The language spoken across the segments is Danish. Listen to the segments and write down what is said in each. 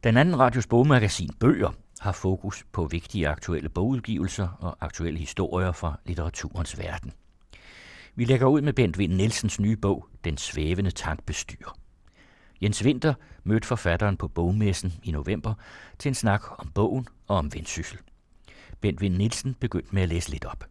Den anden radios bogmagasin Bøger har fokus på vigtige aktuelle bogudgivelser og aktuelle historier fra litteraturens verden. Vi lægger ud med Bent Vinn Nielsens nye bog, Den svævende tankbestyrer. Jens Winther mødte forfatteren på bogmessen i november til en snak om bogen og om Vendsyssel. Bent Vinn Nielsen begyndte med at læse lidt op.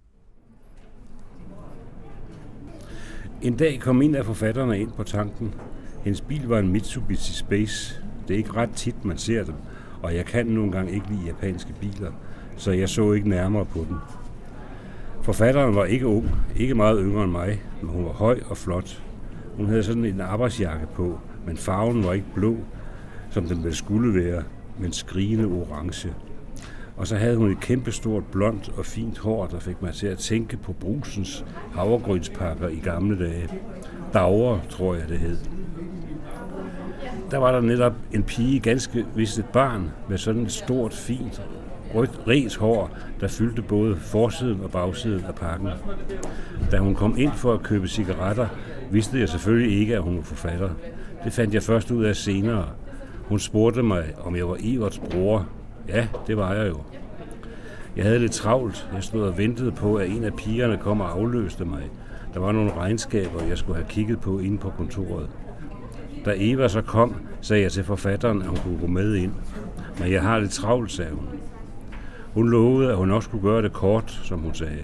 En dag kom en af forfatterne ind på tanken. Hendes bil var en Mitsubishi Space. Det er ikke ret tit, man ser dem, og jeg kan nogle gange ikke lide japanske biler, så jeg så ikke nærmere på den. Forfatteren var ikke ung, ikke meget yngre end mig, men hun var høj og flot. Hun havde sådan en arbejdsjakke på, men farven var ikke blå, som den vel skulle være, men skrigende orange. Og så havde hun et kæmpestort blondt og fint hår, der fik mig til at tænke på Brugsens havregrynspakker i gamle dage. Davre, tror jeg det hed. Der var der netop en pige, ganske vist et barn, med sådan et stort, fint, rødt res hår, der fyldte både forsiden og bagsiden af pakken. Da hun kom ind for at købe cigaretter, vidste jeg selvfølgelig ikke, at hun var forfatter. Det fandt jeg først ud af senere. Hun spurgte mig, om jeg var Everts bror. Ja, det var jeg jo. Jeg havde lidt travlt. Jeg stod og ventede på, at en af pigerne kom og afløste mig. Der var nogle regnskaber, jeg skulle have kigget på inde på kontoret. Da Eva så kom, sagde jeg til forfatteren, at hun kunne gå med ind. Men jeg har lidt travlt, sagde hun. Hun lovede, at hun også skulle gøre det kort, som hun sagde.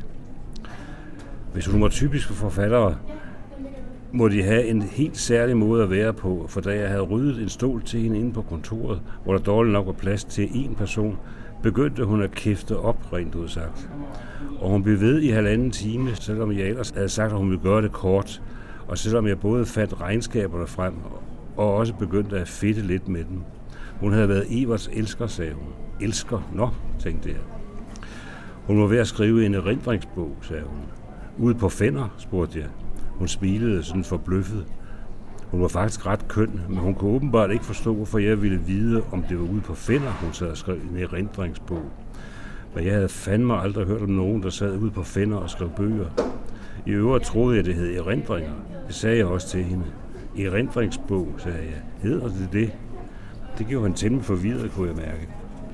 Hvis hun var typisk for forfattere, må de have en helt særlig måde at være på, for da jeg havde ryddet en stol til hende inde på kontoret, hvor der dårligt nok var plads til én person, begyndte hun at kæfte op, rent udsagt. Og hun blev ved i 1,5 time, selvom jeg ellers havde sagt, at hun ville gøre det kort, og selvom jeg både fandt regnskaberne frem, og også begyndte at fedte lidt med dem. Hun havde været Everts elsker, sagde hun. Elsker? Nå, tænkte jeg. Hun var ved at skrive en erindringsbog, sagde hun. Ude på Fenner, spurgte jeg. Hun smilede sådan forbløffet. Hun var faktisk ret køn, men hun kunne åbenbart ikke forstå, hvorfor jeg ville vide, om det var ude på Fenner, hun sad og skrev en erindringsbog. Men jeg havde fandme aldrig hørt om nogen, der sad ude på Fenner og skrev bøger. I øvrigt troede jeg, det hed erindringer. Det sagde jeg også til hende. Erindringsbog, sagde jeg. Hedder det det? Det gjorde hende temmelig forvirret, kunne jeg mærke.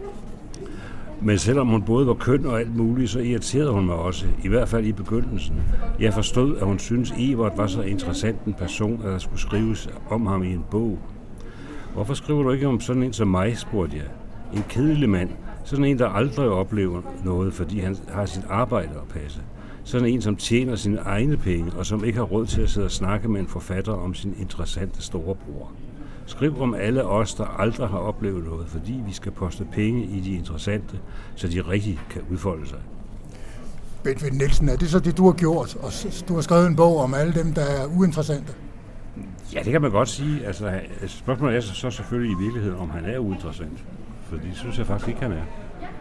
Men selvom hun både var køn og alt muligt, så irriterede hun mig også, i hvert fald i begyndelsen. Jeg forstod, at hun syntes, Evert var så interessant en person, at der skulle skrives om ham i en bog. Hvorfor skriver du ikke om sådan en som mig, spurgte jeg. En kedelig mand, sådan en, der aldrig oplever noget, fordi han har sit arbejde at passe. Sådan en, som tjener sine egne penge, og som ikke har råd til at sidde og snakke med en forfatter om sin interessante storebror. Skriv om alle os, der aldrig har oplevet noget, fordi vi skal poste penge i de interessante, så de rigtig kan udfolde sig. Bent Vinn Nielsen, er det så det, du har gjort? Og du har skrevet en bog om alle dem, der er uinteressante? Ja, det kan man godt sige. Altså, spørgsmålet er så selvfølgelig i virkeligheden, om han er uinteressant. For det synes jeg faktisk ikke, han er.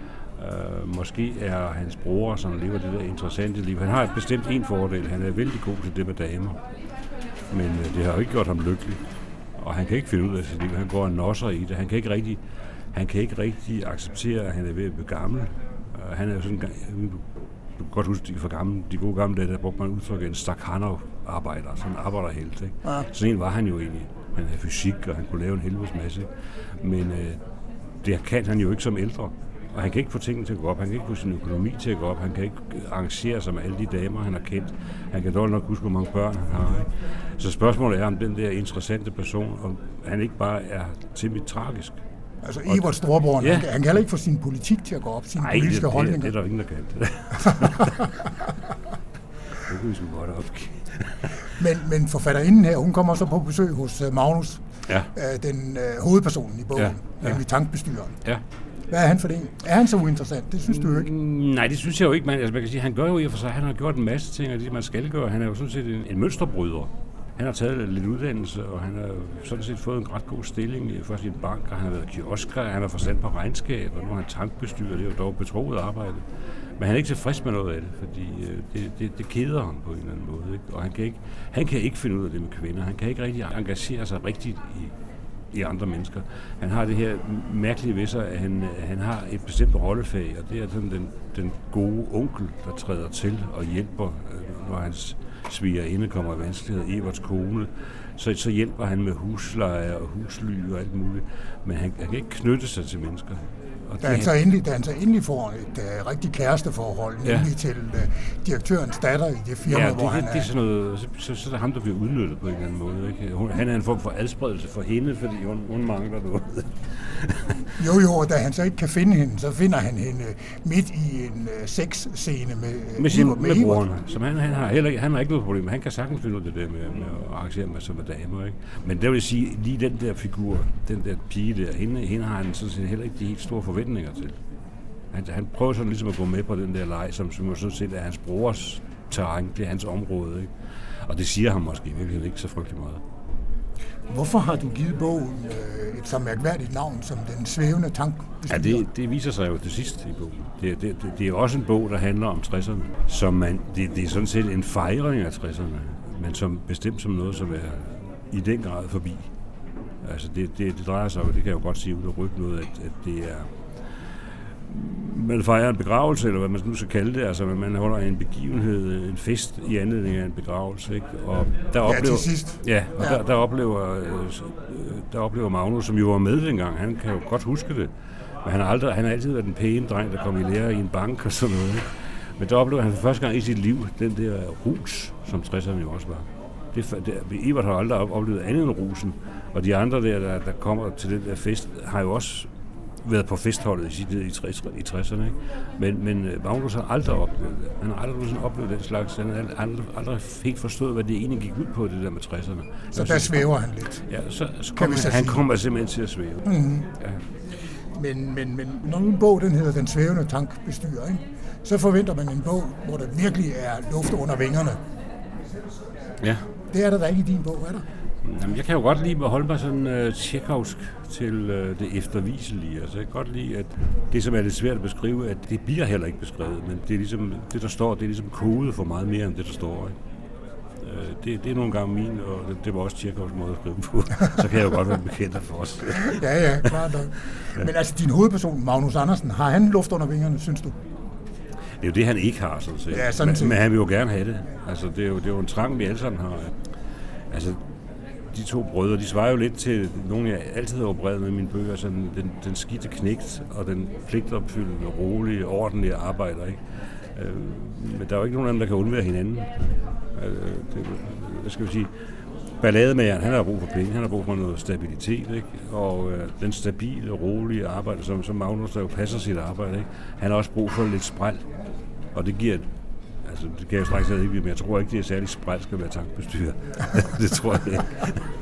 Måske er hans bror, som lever det der interessante liv. Han har et bestemt en fordel. Han er vældig god til det med damer. Men det har jo ikke gjort ham lykkelig. Og han kan ikke finde ud af sit liv. Han går og nosser i det. Han kan ikke rigtig acceptere, at han er ved at blive gammel. Han er jo sådan, du kan godt huske de gode gamle dage, der brugte man udtryk en Stakhanov-arbejder, sådan en arbejderhelt. Ikke? Ja. Sådan en var han jo egentlig. Han havde fysik, og han kunne lave en helvedes masse. Men det kan han jo ikke som ældre. Og han kan ikke få tingene til at gå op. Han kan ikke få sin økonomi til at gå op. Han kan ikke arrangere sig med alle de damer, han har kendt. Han kan dårligt nok huske, hvor mange børn han har. Ikke? Så spørgsmålet er, om den der interessante person, om han ikke bare er temmelig tragisk. Altså Evert storebror, ja. Han kan heller ikke få sin politik til at gå op, sine politiske holdninger. Det er der ingen, der kan. Det kan vi sgu godt opgive. Men forfatterinden her, hun kommer så på besøg hos Magnus, ja. Den hovedpersonen i bogen, nemlig tankbestyreren. Ja. Hvad er han for det? Er han så uinteressant? Det synes du jo ikke? Nej, det synes jeg jo ikke. Man kan sige, han gør jo i og for sig, han har gjort en masse ting, og det man skal gøre. Han er jo sådan set en mønsterbryder. Han har taget lidt uddannelse, og han har sådan set fået en ret god stilling først i en bank, og han har været kiosker, han har forstand på regnskab, og nu er han tankbestyrer, det er jo dog betroet arbejde. Men han er ikke tilfreds med noget af det, fordi det keder ham på en eller anden måde. Ikke? Og han kan ikke finde ud af det med kvinder. Han kan ikke rigtig engagere sig rigtigt i andre mennesker. Han har det her mærkelige ved sig, at han har et bestemt rollefag, og det er sådan den gode onkel, der træder til og hjælper, når hans svigerinde kommer i vanskeligheder, Everts kone, så hjælper han med husleje og husly og alt muligt. Men han kan ikke knytte sig til mennesker. Da han så endelig får et rigtig kæresteforhold, nemlig til direktørens datter i det firma, hvor han er. Det er sådan noget, så er det ham, der bliver udnyttet på en eller anden måde. Ikke? Han er en form for adspredelse for hende, fordi hun mangler noget. Jo, da han så ikke kan finde hende, så finder han hende midt i en sexscene med broren. Som han har ikke noget problem. Han kan sagtens finde ud af det der med at arrangere med som damer. Ikke? Men det vil sige, lige den der figur, den der pige der, hende har han sådan set heller ikke de helt store forventninger til. Han prøver sådan ligesom at gå med på den der leg, som jo sådan set er hans brors terræn, det er hans område. Ikke? Og det siger ham måske virkelig ikke så frygtelig meget. Hvorfor har du givet bogen et så mærkværdigt navn som Den Svævende Tank? Ja, det viser sig jo det sidste i bogen. Det er også en bog, der handler om 60'erne. Det er sådan set en fejring af 60'erne, men som bestemt som noget, som er i den grad forbi. Altså det drejer sig jo, det kan jeg jo godt sige ud af ryggen noget, at det er... Man fejrer en begravelse, eller hvad man nu skal kalde det, altså man holder en begivenhed, en fest i anledning af en begravelse, ikke? Og der oplever, til sidst. Ja, og ja. Der oplever Magnus, som jo var med dengang, han kan jo godt huske det, men han har altid været den pæne dreng, der kom i lære i en bank og sådan noget, ikke? Men der oplever han for første gang i sit liv den der rus, som 60'erne jo også var. Evert har aldrig oplevet andet end rusen, og de andre der kommer til den der fest, har jo også været på festholdet i 60'erne, ikke? Men Magnus har aldrig oplevet det. Han har aldrig oplevet den slags. Han har aldrig helt forstået, hvad det egentlig gik ud på, det der med 60'erne. Så der svæver han lidt. Ja, så kommer simpelthen til at svæve. Mm-hmm. Ja. Men når en bog, den hedder Den Svævende Tankbestyrer, ikke? Så forventer man en bog, hvor der virkelig er luft under vingerne. Ja. Det er der ikke i din bog, er der? Jamen, jeg kan jo godt lide at holde mig sådan tjekhovsk til det efterviselige. Altså, jeg kan godt lide, at det, som er lidt svært at beskrive, at det bliver heller ikke beskrevet, men det er ligesom, det der står, det er ligesom kode for meget mere end det, der står. Ikke? Det er nogle gange min, og det var også Tjekhovs måde at skrive på. Så kan jeg jo godt være bekendt for os. Ja, klart nok. Men altså, din hovedperson, Magnus Andersen, har han luft under vingerne, synes du? Det er jo det, han ikke har, sådan set. Ja, sådan men han vil jo gerne have det. Altså, det er jo en trang, vi alle sammen har. Altså, de to brødre, de svarer jo lidt til nogle, jeg altid har opereret med i mine bøger, sådan den skidte knægt og den pligtopfyldende, rolige, ordentlige arbejder, ikke? Men der er jo ikke nogen af dem, der kan undvære hinanden. Hvad skal vi sige? Ballademageren, han har brug for penge, han har brug for noget stabilitet, ikke? Og den stabile, rolige arbejder, som Magnus, der jo passer sit arbejde, ikke? Han har også brug for lidt spræl, og det giver... Altså, det kan jeg straks ikke, men jeg tror ikke, det er særligt spræl, skal være tankbestyrer. Det tror jeg ikke.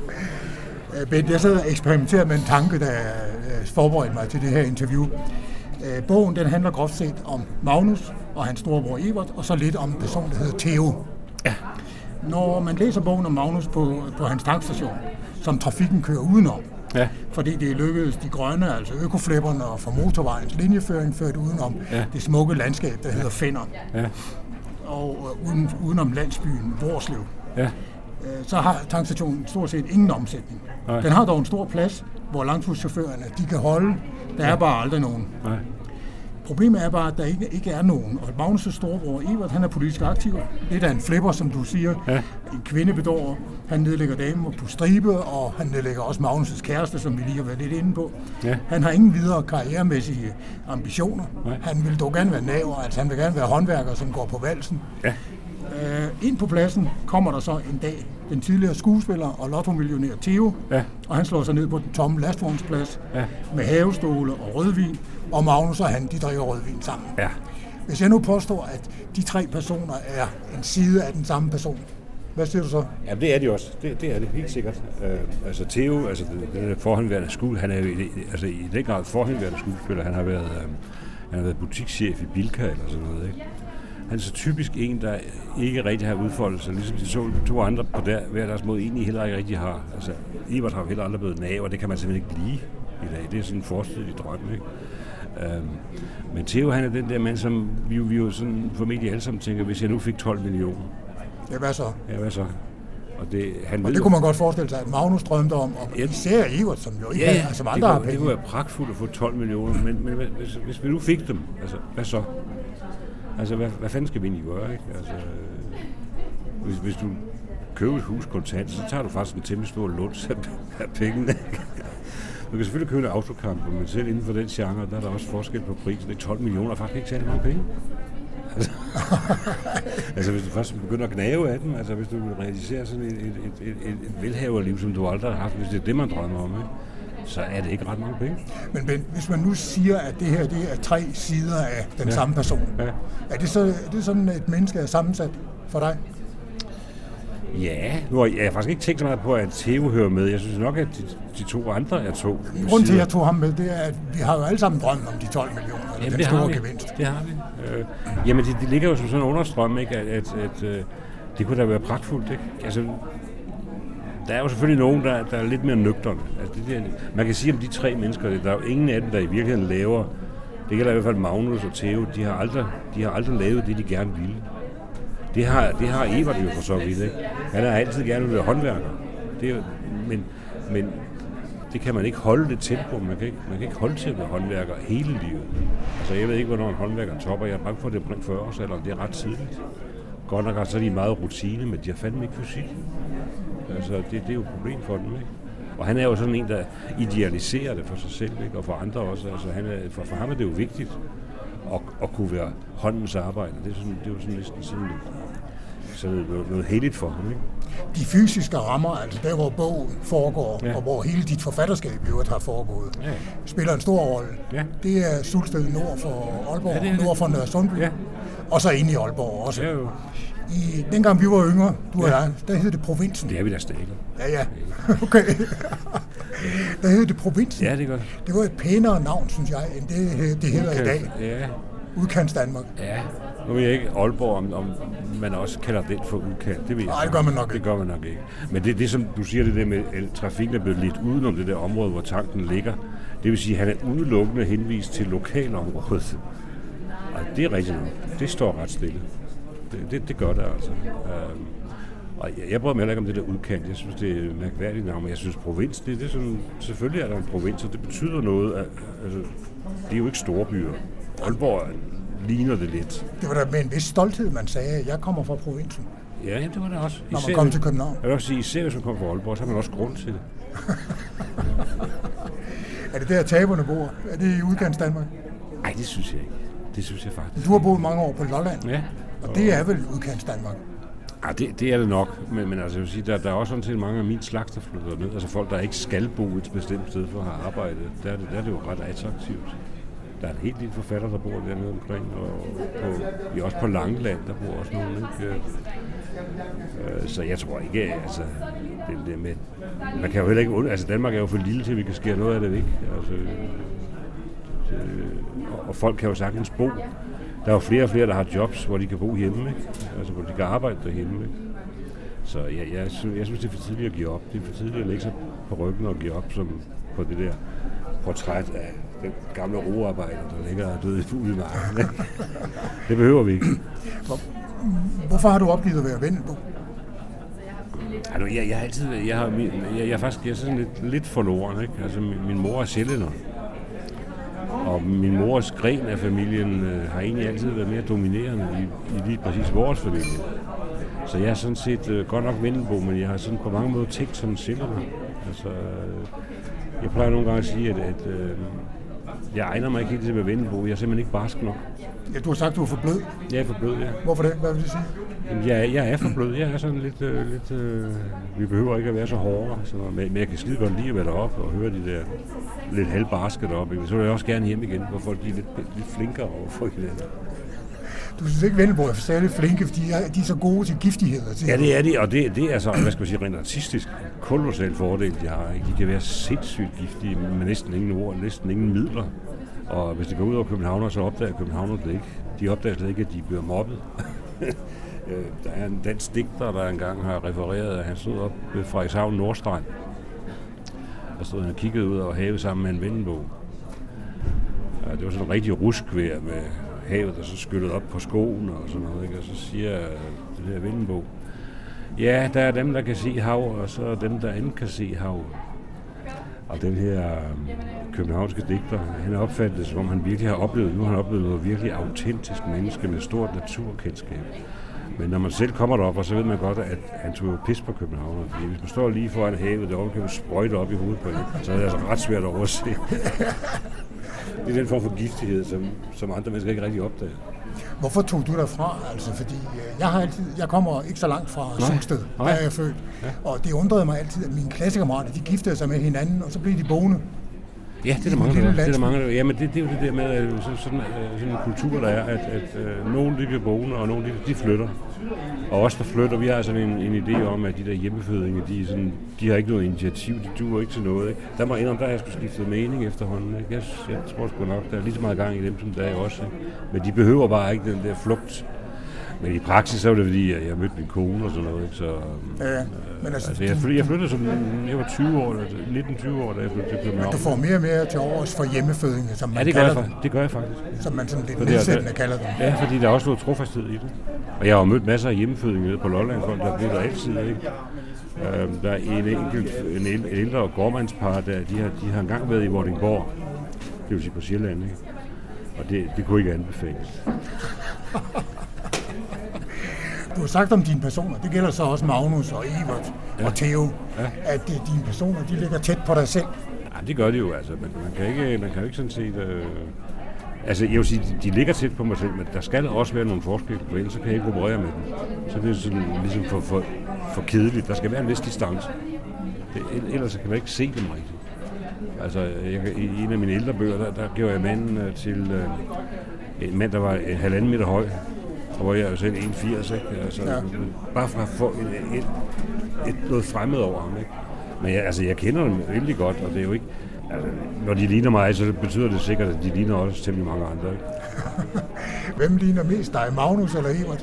Bent, jeg sidder og eksperimenterer med en tanke, der forberedte mig til det her interview. Bogen, den handler groft set om Magnus og hans storebror Evert, og så lidt om en person, der hedder Theo. Ja. Når man læser bogen om Magnus på hans tankstation, som trafikken kører udenom, ja. Fordi det lykkedes de grønne, altså økoflipperne og for motorvejens linjeføring, ført udenom det smukke landskab, der hedder Fenner. Ja. Og udenom landsbyen Vorslev. Ja. Så har tankstationen stort set ingen omsætning. Nej. Den har dog en stor plads, hvor langturschaufførerne de kan holde. Der er bare aldrig nogen. Nej. Problemet er bare, at der ikke er nogen. Og Magnus' storebror Evert, han er politisk aktiv. Lidt af en flipper, som du siger. Ja. En kvindebedårer. Han nedlægger damer på stribe, og han nedlægger også Magnus' kæreste, som vi lige har været lidt inde på. Ja. Han har ingen videre karrieremæssige ambitioner. Nej. Han vil dog gerne være naver, altså han vil gerne være håndværker, som går på valsen. Ja. Ind på pladsen kommer der så en dag den tidligere skuespiller og lottomillionær Theo, og han slår sig ned på den tomme lastvognsplads med havestole og rødvin, og Magnus og han, de drikker rødvin sammen. Ja. Hvis jeg nu påstår, at de tre personer er en side af den samme person, hvad siger du så? Ja, det er de også. Det er det helt sikkert. Altså Theo, altså den forhenværende skuespiller, han er jo i den grad forhenværende skuespiller. Han har været butikschef i Bilka eller sådan noget, ikke? Han er så typisk en, der ikke rigtig har udfoldet sig, ligesom de to andre på hver deres måde egentlig heller ikke rigtig har. Altså, Evert har jo heller aldrig blevet nav, og det kan man simpelthen ikke lide i dag. Det er sådan en forestidig drøm, ikke? Men Theo, han er den der mand, som vi jo sådan formentlig alle sammen tænker, hvis jeg nu fik 12 millioner. Ja, hvad så? Ja, hvad så? Og det kunne man godt forestille sig, at Magnus drømte om, og især Evert, som jo ikke har, som aldrig har penge. Det kunne være pragtfuldt at få 12 millioner, men hvis vi nu fik dem, altså, hvad så? Altså, hvad fanden skal vi egentlig gøre, ikke? Altså, hvis du købe et hus kontant, så tager du faktisk en temmelig stor lunds af pengene. Du kan selvfølgelig købe en autocamper, men selv inden for den genre, der er der også forskel på prisen. Det er 12 millioner, faktisk ikke særlig mange penge. Altså hvis du først begynder at gnave af dem, altså hvis du vil realisere sådan et velhaverliv, som du aldrig har haft, hvis det er det, man drømmer om, ikke? Så er det ikke ret mange penge. Men hvis man nu siger, at det her det er 3 sider af den samme person, er det sådan, et menneske er sammensat for dig? Ja, nu har jeg faktisk ikke tænkt så meget på, at Theo hører med. Jeg synes nok, at de 2 andre er 2. Grunden til, at jeg tog ham med, det er, at vi har jo alle sammen drømt om de 12 millioner, eller den store gevinst. Det har vi. Jamen, det ligger jo som sådan en understrøm, ikke? At det kunne da være pragtfuldt, ikke? Altså, der er jo selvfølgelig nogen, der er lidt mere nøgterne. Altså, man kan sige om de 3 mennesker, der er jo ingen af dem, der i virkeligheden laver. Det gælder i hvert fald Magnus og Theo. De har aldrig lavet det, de gerne ville. Det har Evert jo for så vidt, ikke? Han har altid gerne været håndværker. Men det kan man ikke holde det tempo. Man kan ikke holde til at være håndværker hele livet. Altså jeg ved ikke, hvornår en håndværker topper. Jeg er bange for, at det er omkring 40-årsalderen. Det er ret tidligt. Godt nok så er de meget rutine, men de har fandme ikke fysik. Altså det er jo et problem for dem, ikke? Og han er jo sådan en, der idealiserer det for sig selv, ikke? Og for andre også. Altså for ham er det jo vigtigt at kunne være håndens arbejde. Det er jo sådan næsten sådan noget heldigt for ham, ikke? De fysiske rammer, altså der hvor bogen foregår, og hvor hele dit forfatterskab i øvrigt har foregået, spiller en stor rolle. Ja. Det er Sulsted nord for Aalborg, nord for Nørresundby, og så inde i Aalborg også. Ja, dengang vi var yngre, du og jeg, der hed det Provinsen. Det er vi da stadig. Ja. Okay. Der hed det Provinsen. Ja, det er godt. Det var et pænere navn, synes jeg, end det hedder i dag. Ja. Udkants Danmark. Ja. Nu ved jeg ikke Aalborg, om man også kalder det for udkant. Det ved jeg. Nej, det gør man nok ikke. Det gør man nok ikke. Men det som du siger, det der med, at trafikken er blevet lidt udenom det der område, hvor tanken ligger. Det vil sige, at han er udelukkende henvist til lokalområdet. Og det er rigtigt nok. Det står ret stille. Det gør det altså. Og jeg bryder mig heller ikke om det der udkant. Jeg synes, det er mærkværdigt navn, men jeg synes, provins, det er sådan, selvfølgelig er der en provins, og det betyder noget. Altså, det er jo ikke store byer. Aalborg ligner det lidt. Det var da med en vis stolthed, man sagde, at jeg kommer fra provinsen. Ja, det var det også. Når man kom til København. Jeg vil også sige, især hvis man kommer fra Aalborg, så har man også grund til det. Er det der taberne bor? Er det i udkants Danmark? Nej, det synes jeg ikke. Det synes jeg faktisk. Du har boet mange år på Lolland. Ja. Og det er vel udkants Danmark? Ja, det er det nok. Men altså, jeg vil sige, der er også sådan set mange af mine slags, der flytter ned. Altså folk, der ikke skal bo et bestemt sted for at have arbejdet. Der er det jo ret attraktivt. Der er en helt lille forfatter, der bor dernede omkring, og også på Langeland, der bor også nogen, ikke? Så jeg tror ikke, altså, det med, man kan jo heller ikke, altså Danmark er jo for lille til, at vi kan skære noget af det væk, altså, og folk kan jo sagtens bo. Der er jo flere og flere, der har jobs, hvor de kan bo hjemme, ikke? Altså hvor de kan arbejde derhjemme, ikke? Så jeg synes, det er for tidligt at give op. Det er for tidligt at lægge sig på ryggen og give op som på det der portræt af den gamle roearbejder, der ligger og død ude i marken. Det behøver vi ikke. Hvorfor har du opgivet at være Vendelbo? Altså, jeg er faktisk sådan lidt forloren, ikke? Altså min mor er sjællænder. Og min mors gren af familien har egentlig altid været mere dominerende i lige præcis vores familie. Så jeg er sådan set godt nok Vendelbo, men jeg har sådan på mange måder tænkt som en sjællænder. Altså, jeg plejer nogle gange at sige, at jeg egner mig ikke helt til at være Vendelbo. Jeg er simpelthen ikke barsk nok. Ja, du har sagt, du er for blød. Jeg er for blød, ja. Hvorfor det? Hvad vil det sige? Jeg er for blød. Jeg er sådan lidt vi behøver ikke at være så hårde. Men jeg kan skide godt lide at være deroppe og høre de der lidt halvbarske deroppe. Så vil jeg også gerne hjem igen, hvor folk er lidt flinkere overfor hinanden. Du synes ikke, Vendelbo er særlig flinke, fordi de er så gode til giftigheder? Ja, det er de, og det er så, hvad skal man sige, rent artistisk kolossal fordel, de har. Ikke? De kan være sindssygt giftige med næsten ingen ord, næsten ingen midler. Og hvis det går ud over københavner, så opdager københavner det ikke. De opdager slet ikke, at de bliver mobbet. Der er en dansk digter, der engang har refereret, at han stod op ved Frederikshavn Nordstrand. Der stod han og kiggede ud over havet sammen med en Vendelbo. Det var sådan en rigtig ruskvejr med havet, der så skyllede op på skoen og sådan noget. Ikke? Og så siger den her Vendelbo, ja, der er dem, der kan se hav, og så er dem, der ikke kan se hav. Og den her københavnske digter, han har opfattet det, som om han virkelig har oplevet, nu har han oplevet noget virkelig autentisk menneske med stort naturkendskab. Men når man selv kommer derop, og så ved man godt, at han tog pis på København. Fordi hvis man står lige foran havet, der kan man sprøjte op i hovedet på det, så er det altså ret svært at overse. Det er den form for giftighed, som andre mennesker ikke rigtig opdager. Hvorfor tog du derfra? Altså, fordi jeg kommer ikke så langt fra Sungsted, der er jeg født. Ja. Og det undrede mig altid, at mine klassekammerater, de giftede sig med hinanden, og så blev de boende. Ja, det er der mange, der Jamen, det er jo det der med sådan en kultur, der er, at nogen de bliver boende, og nogen de flytter. Og os, der flytter, vi har sådan en idé om, at de der hjemmefødninger, de har ikke noget initiativ, de duer ikke til noget. Ikke? Der må jeg indrømme, der har jeg sgu skiftet mening efterhånden. Ikke? Jeg tror sgu nok, der er lige så meget gang i dem, som der er også. Ikke? Men de behøver bare ikke den der flugt. Men i praksis så var det fordi, at jeg mødte min kone og sådan noget. Ikke? Så, men altså jeg flyttede som jeg var 20 år, 19-20 år, da jeg flyttede til København. Men du får mere og mere til overs for hjemmefødninger, som man kalder dem. Det gør jeg faktisk. Som man sådan lidt nedsættende kalder dem. Ja, fordi der er også noget trofasthed i det. Og jeg har mødt masser af hjemmefødninger nede på Lolland, folk der bliver der altid, ikke? Der er en ældre gårdmandspar, de har engang været i Vordingborg, det vil sige på Sjælland, ikke? Og det kunne ikke anbefales. Du har sagt om dine personer, det gælder så også Magnus og Evert og Theo, at dine personer, de ligger tæt på dig selv. Ja, det gør de jo, altså. Men man kan jo ikke sådan set... Altså, jeg vil sige, de ligger tæt på mig selv, men der skal også være nogle forskelle, for ellers så kan jeg ikke operere med dem. Så det er sådan ligesom for kedeligt. Der skal være en vis distance. Ellers kan man ikke se dem rigtigt. Altså, i en af mine ældre bøger, der gjorde jeg manden til en mand, der var 1,5 meter høj. Og hvor jeg jo selv 1,80, ikke? Altså, bare for at få noget fremmed over ham, ikke? Men jeg kender dem vældig godt, og det er jo ikke... Altså, når de ligner mig, så betyder det sikkert, at de ligner også temmelig mange andre, ikke? Hvem ligner mest dig, Magnus eller Evert?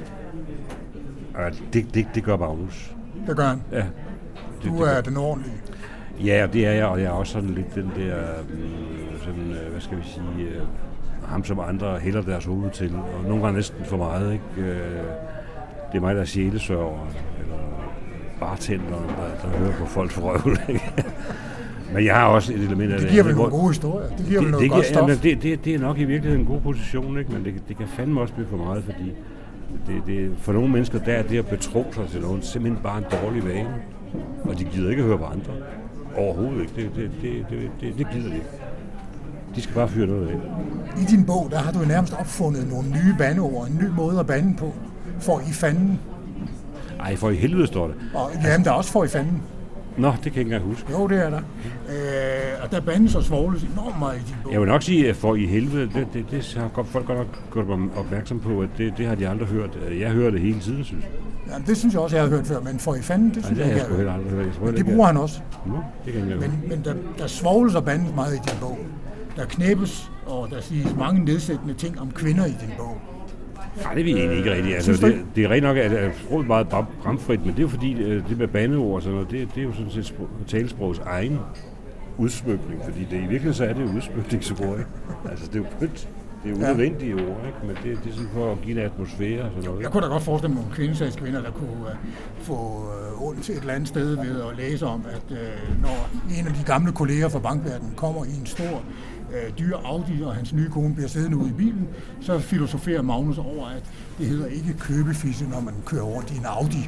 Det gør Magnus. Det gør han? Ja. Du er den ordentlige? Ja, det er jeg, og jeg er også sådan lidt den der... sådan, hvad skal vi sige... ham som andre hælder deres hoved til, og nogle gange næsten for meget, ikke? Det er mig, der er sjælesørger, eller bartender, der hører på folks røvl, ikke? Men jeg har også et element af det. Det giver vel nogle gode historier? Det giver vel noget godt stof? Det er nok i virkeligheden en god position, ikke? Men det kan fandme også blive for meget, fordi for nogle mennesker, der er det at betro sig til nogen simpelthen bare en dårlig vane, og de gider ikke høre på andre. Overhovedet ikke. Det gider de ikke. De skal bare fyre noget af. I din bog, der har du nærmest opfundet nogle nye bandeord, en ny måde at bande på. For i fanden. Ej, for i helvede står det. Og jamen, der er også for i fanden. Nå, det kan jeg ikke engang huske. Jo, det er der. Og der bandes og svogles enormt meget i din bog. Jeg vil nok sige, at for i helvede, det har folk godt nok gjort mig opmærksom på, at det har de aldrig hørt. Jeg hører det hele tiden, synes jeg. Jamen, det synes jeg også, jeg har hørt før, men for i fanden, det synes jeg ikke, jeg har hørt. Men det bruger han også. Nå, det kan jeg ikke. Men der svogles og bandes meget i din bog. Der knæppes, og der siges mange nedsættende ting om kvinder i din bog. Nej, det er vi egentlig ikke rigtigt. Altså, det er rigtig nok, at sproget meget bramfrit, men det er jo fordi, det med bandeord og sådan noget, det er jo sådan set talesprogs egen udsmykning, fordi det i virkeligheden så er det jo udsmykningsord, ikke? Altså, det er jo pynt. Det er jo unødvendige ord, ikke? Men det er sådan for at give en atmosfære og sådan noget. Jeg kunne da godt forestille mig nogle kvindesagskvinder, der kunne få ondt et eller andet sted ved at læse om, at når en af de gamle kolleger fra bankverdenen kommer i en stor dyr Audi, og hans nye kone bliver siddende ude i bilen, så filosoferer Magnus over, at det hedder ikke købefisse, når man kører rundt i en Audi.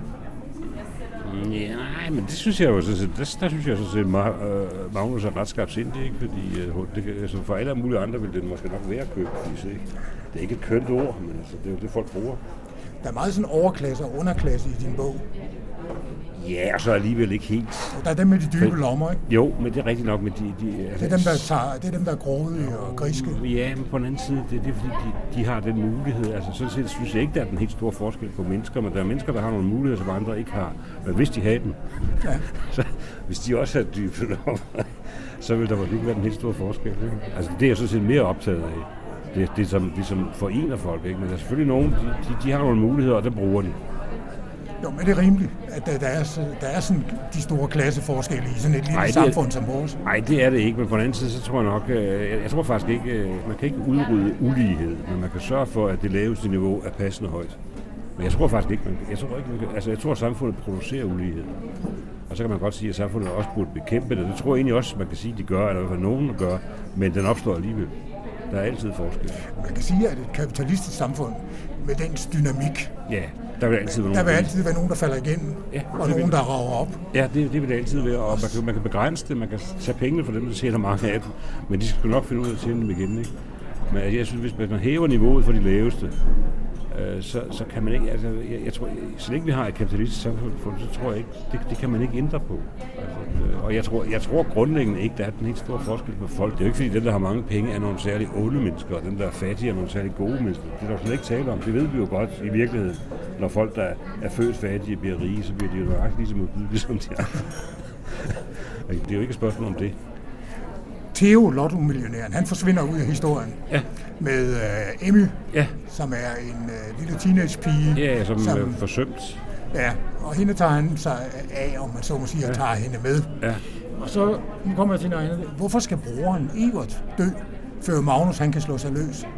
Ja, nej, men det synes jeg jo der synes jeg så Magnus er ret skarpsindig, ikke? Fordi altså for alle mulige andre vil det måske nok være købefisse, ikke? Det er ikke et kønt ord, men altså, det er jo det, folk bruger. Der er meget sådan overklasse og underklasse i din bog. Ja, og så alligevel ikke helt. Og der er dem med de dybe lommer, ikke? Jo, men det er rigtigt nok med de det er dem, der er grådige og griske. Ja, men på den anden side, det er fordi, de har den mulighed. Altså sådan set synes jeg ikke, der er den helt store forskel på mennesker, men der er mennesker, der har nogle muligheder, som andre ikke har. Men hvis de har den, så hvis de også har dybe lommer, så vil der måske ikke være den helt store forskel. Ikke? Altså det er jeg sådan set mere optaget af. Det som forener folk, ikke? Men der er selvfølgelig nogen, de har nogle muligheder, og der bruger de. Jo, men det er rimeligt, at der er sådan de store klasseforskelle i sådan et lille samfund som vores. Nej, det er det ikke, men på den anden side, så tror jeg nok, jeg tror faktisk ikke, man kan ikke udrydde ulighed, men man kan sørge for, at det laveste niveau er passende højt. Men jeg tror faktisk ikke, jeg tror, at samfundet producerer ulighed. Og så kan man godt sige, at samfundet også burde bekæmpe det. Det tror jeg egentlig også, man kan sige, at de gør, eller hvad nogen gør, men den opstår alligevel. Der er altid forskel. Man kan sige, at et kapitalistisk samfund med dens dynamik, Der vil altid være nogen, der falder igennem, og nogen, der rager op. Ja, det vil det altid være, og man kan begrænse det, man kan tage pengene for dem, der tjener mange af dem, men de skal nok finde ud af at tjene dem igen, ikke? Men jeg synes, hvis man hæver niveauet for de laveste, så kan man ikke, altså, jeg tror, så længe vi har et kapitalistisk samfund, så tror jeg ikke, det kan man ikke ændre på. Altså, og jeg tror grundlæggende ikke, der er den helt store forskel på folk. Det er jo ikke fordi, den, der har mange penge, er nogle særligt onde mennesker, og den, der er fattige, er nogle særligt gode mennesker. Det er der slet ikke tale om. Det ved vi jo godt i virkeligheden. Når folk, der er født fattige, bliver rige, så bliver de jo nøjagtigt lige så modbydelige som de andre. Det er jo ikke et spørgsmål om det. Theo, lotto-millionæren, han forsvinder ud af historien med Emmy, som er en lille teenagepige. Ja, som er forsømt. Ja, og hende tager han sig af, om man så må sige, og tager hende med. Ja. Og så nu kommer jeg til noget andet. Hvorfor skal broren Evert dø, før Magnus han kan slå sig løs?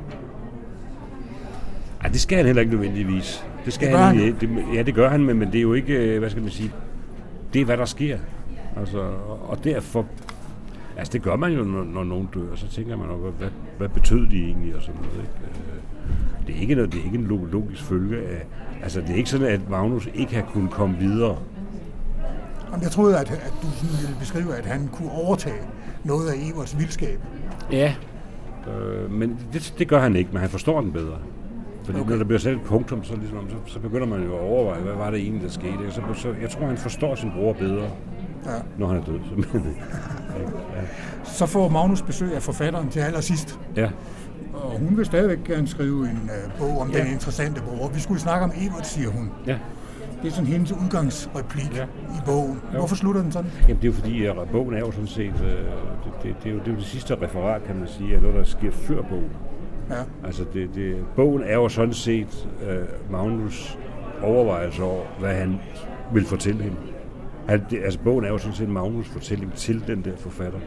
Ej, det skal han heller ikke nødvendigvis. Det gør han, men det er jo ikke, hvad skal man sige, det er, hvad der sker. Altså, og derfor, altså det gør man jo, når nogen dør, og så tænker man jo, hvad betød de egentlig, og sådan noget, ikke? Det er ikke en logisk følge af, altså det er ikke sådan, at Magnus ikke har kunnet komme videre. Jamen, jeg troede, at du sådan ville beskrive, at han kunne overtage noget af Everts vildskab. Ja, men det gør han ikke, men han forstår den bedre. Fordi når der bliver sat et punktum, så begynder man jo at overveje, hvad var det egentlig, der skete. Så jeg tror, han forstår sin bror bedre, når han er død. Så får Magnus besøg af forfatteren til allersidst. Ja. Og hun vil stadigvæk gerne skrive en bog om den interessante bror. Vi skulle snakke om Evert, siger hun. Ja. Det er sådan hendes udgangsreplik i bogen. Hvorfor slutter den sådan? Jamen, det er jo fordi, at bogen er jo sådan set, det er jo det sidste referat, kan man sige, af noget, der sker før bogen. Ja. Altså, bogen er jo sådan set Magnus' overvejelse over, hvad han vil fortælle hende. Altså, bogen er jo sådan set Magnus' fortælling til den der forfatter.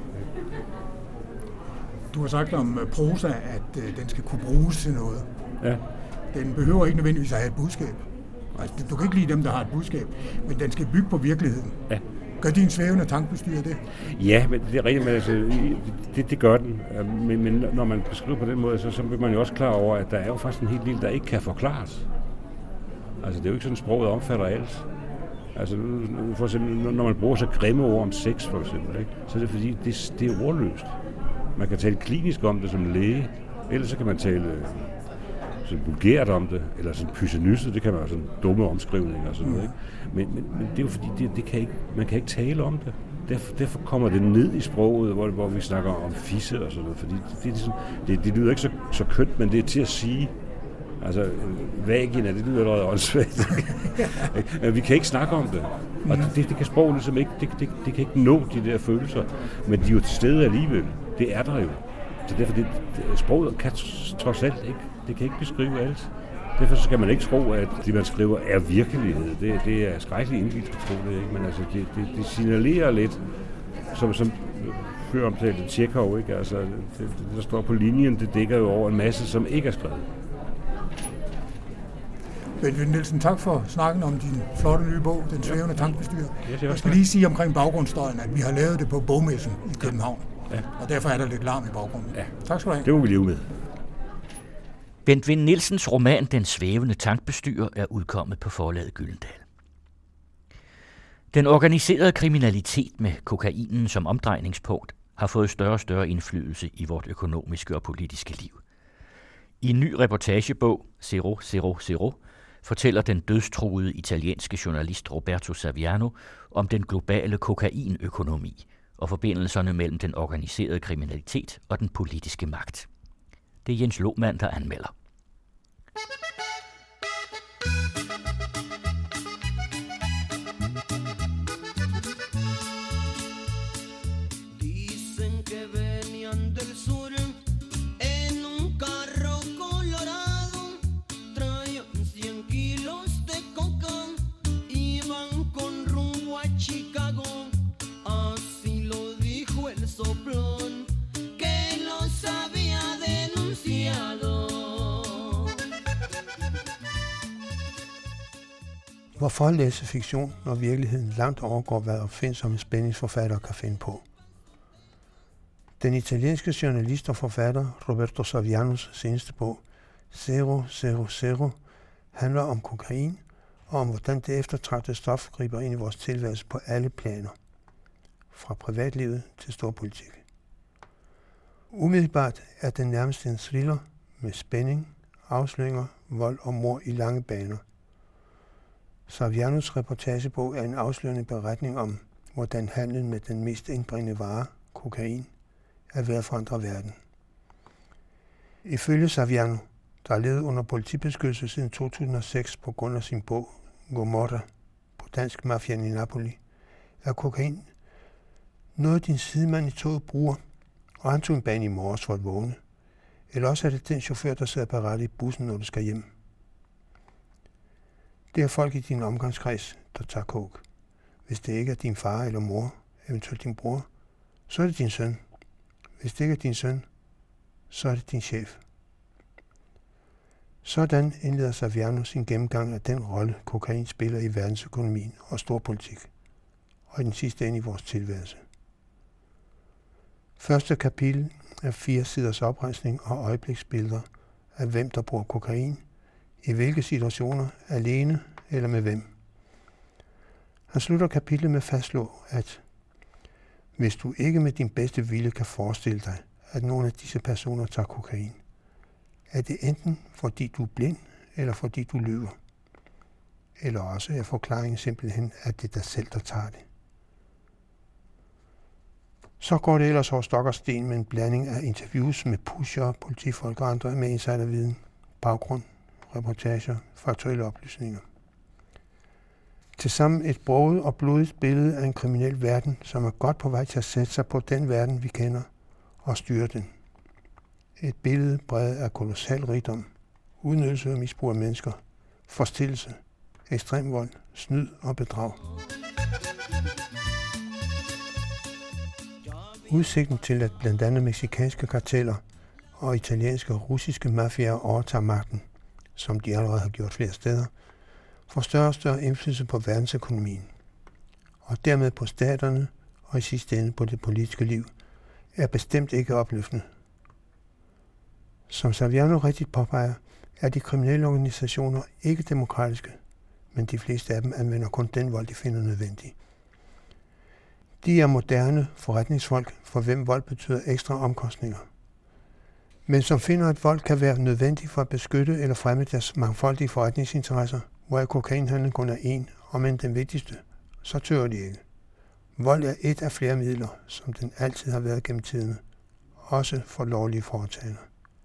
Du har sagt om prosa, at den skal kunne bruges til noget. Ja. Den behøver ikke nødvendigvis at have et budskab. Altså, du kan ikke lide dem, der har et budskab, men den skal bygge på virkeligheden. Ja. Gør din svævende tankbestyrer det? Ja, men det er rigtigt, men altså, det gør den. Men når man beskriver på den måde, så bliver man jo også klar over, at der er jo faktisk en hel del, der ikke kan forklares. Altså, det er jo ikke sådan, sproget omfatter alt. Altså, for eksempel, når man bruger så grimme ord om sex, for eksempel, ikke? Så er det fordi, det er ordløst. Man kan tale klinisk om det som læge, ellers så kan man tale sådan vulgært om det, eller sådan pysenysset, det kan være sådan dumme omskrivninger og sådan noget, ikke? Men det er jo fordi, man kan ikke tale om det. Derfor kommer det ned i sproget, hvor vi snakker om fisse og sådan noget, fordi det lyder ikke så kønt, men det er til at sige. Altså, vagina, det lyder allerede åndssvagt. Vi kan ikke snakke om det. Og det kan sproget ligesom ikke, det kan ikke nå de der følelser, men de er jo til stede alligevel. Det er der jo. Så derfor, sproget kan trods alt ikke, det kan ikke beskrive alt. Derfor skal man ikke tro, at det, man skriver, er virkelighed. Det er skrækkeligt indvildt at tro det, ikke? Men altså, det signalerer lidt, som før omtalte Tjekhov, ikke? Altså, det, der står på linjen, det dækker jo over en masse, som ikke er skrevet. Bent Nielsen, tak for snakken om din flotte nye bog, Den svævende tankbestyrer. Jeg skal lige sige omkring baggrundsstøjen, at vi har lavet det på bogmessen i København. Ja. Og derfor er der lidt larm i baggrunden. Ja. Tak skal du have. Det må vi leve med. Bent Vinn Nielsens roman Den svævende tankbestyrer er udkommet på forlaget Gyldendal. Den organiserede kriminalitet med kokainen som omdrejningspunkt har fået større og større indflydelse i vort økonomiske og politiske liv. I en ny reportagebog, 000, fortæller den dødstruede italienske journalist Roberto Saviano om den globale kokainøkonomi og forbindelserne mellem den organiserede kriminalitet og den politiske magt. Det er Jens Lohmann, der anmelder. Hvorfor læse fiktion, når virkeligheden langt overgår, hvad opfindsomme spændingsforfattere kan finde på? Den italienske journalist og forfatter Roberto Savianos seneste bog, 000, handler om kokain og om, hvordan det eftertragtede stof griber ind i vores tilværelse på alle planer. Fra privatlivet til storpolitik. Umiddelbart er den nærmest en thriller med spænding, afsløringer, vold og mord i lange baner. Savianos reportagebog er en afslørende beretning om, hvordan handlen med den mest indbringende vare, kokain, er ved at forandre verden. Ifølge Saviano, der har levet under politibeskyttelse siden 2006 på grund af sin bog Gomorra, på dansk Mafiaen i Napoli, er kokain noget din sidemand i toget bruger, og han tog en bane i morges for at vågne. Eller også er det den chauffør, der sidder på rattet i bussen, når du skal hjem. Det er folk i din omgangskreds, der tager coke. Hvis det ikke er din far eller mor, eventuelt din bror, så er det din søn. Hvis det ikke er din søn, så er det din chef. Sådan indleder Saviano sin gennemgang af den rolle, kokain spiller i verdensøkonomien og storpolitik, og i den sidste ende i vores tilværelse. Første kapitel er 4 siders oprejsning og øjebliksbilleder af hvem der bruger kokain, i hvilke situationer, alene eller med hvem. Han slutter kapitlet med at fastslå, at hvis du ikke med din bedste vilje kan forestille dig, at nogle af disse personer tager kokain, er det enten fordi du er blind, eller fordi du lyver. Eller også er forklaringen simpelthen, at det er dig selv, der tager det. Så går det ellers over stok og sten med en blanding af interviews med pushere, politifolk og andre med insiderviden, baggrund, reportager, faktuelle oplysninger. Tilsammen et broget og blodigt billede af en kriminel verden, som er godt på vej til at sætte sig på den verden, vi kender, og styre den. Et billede præget af kolossal rigdom, udnyttelse og misbrug af mennesker, forstillelse, ekstrem vold, snyd og bedrag. Udsigten til, at blandt andet mexikanske karteller og italienske og russiske mafiaer overtager magten, som de allerede har gjort flere steder, får større og større indflydelse på verdensøkonomien, og dermed på staterne og i sidste ende på det politiske liv, er bestemt ikke opløftende. Som Saviano rigtigt påpeger, er de kriminelle organisationer ikke demokratiske, men de fleste af dem anvender kun den vold, de finder nødvendig. De er moderne forretningsfolk, for hvem vold betyder ekstra omkostninger. Men som finder, at vold kan være nødvendig for at beskytte eller fremme deres mangfoldige forretningsinteresser, hvor kokainhandlen kun er en, om end den vigtigste, så tør de ikke. Vold er et af flere midler, som den altid har været gennem tiderne, også for lovlige foretagender.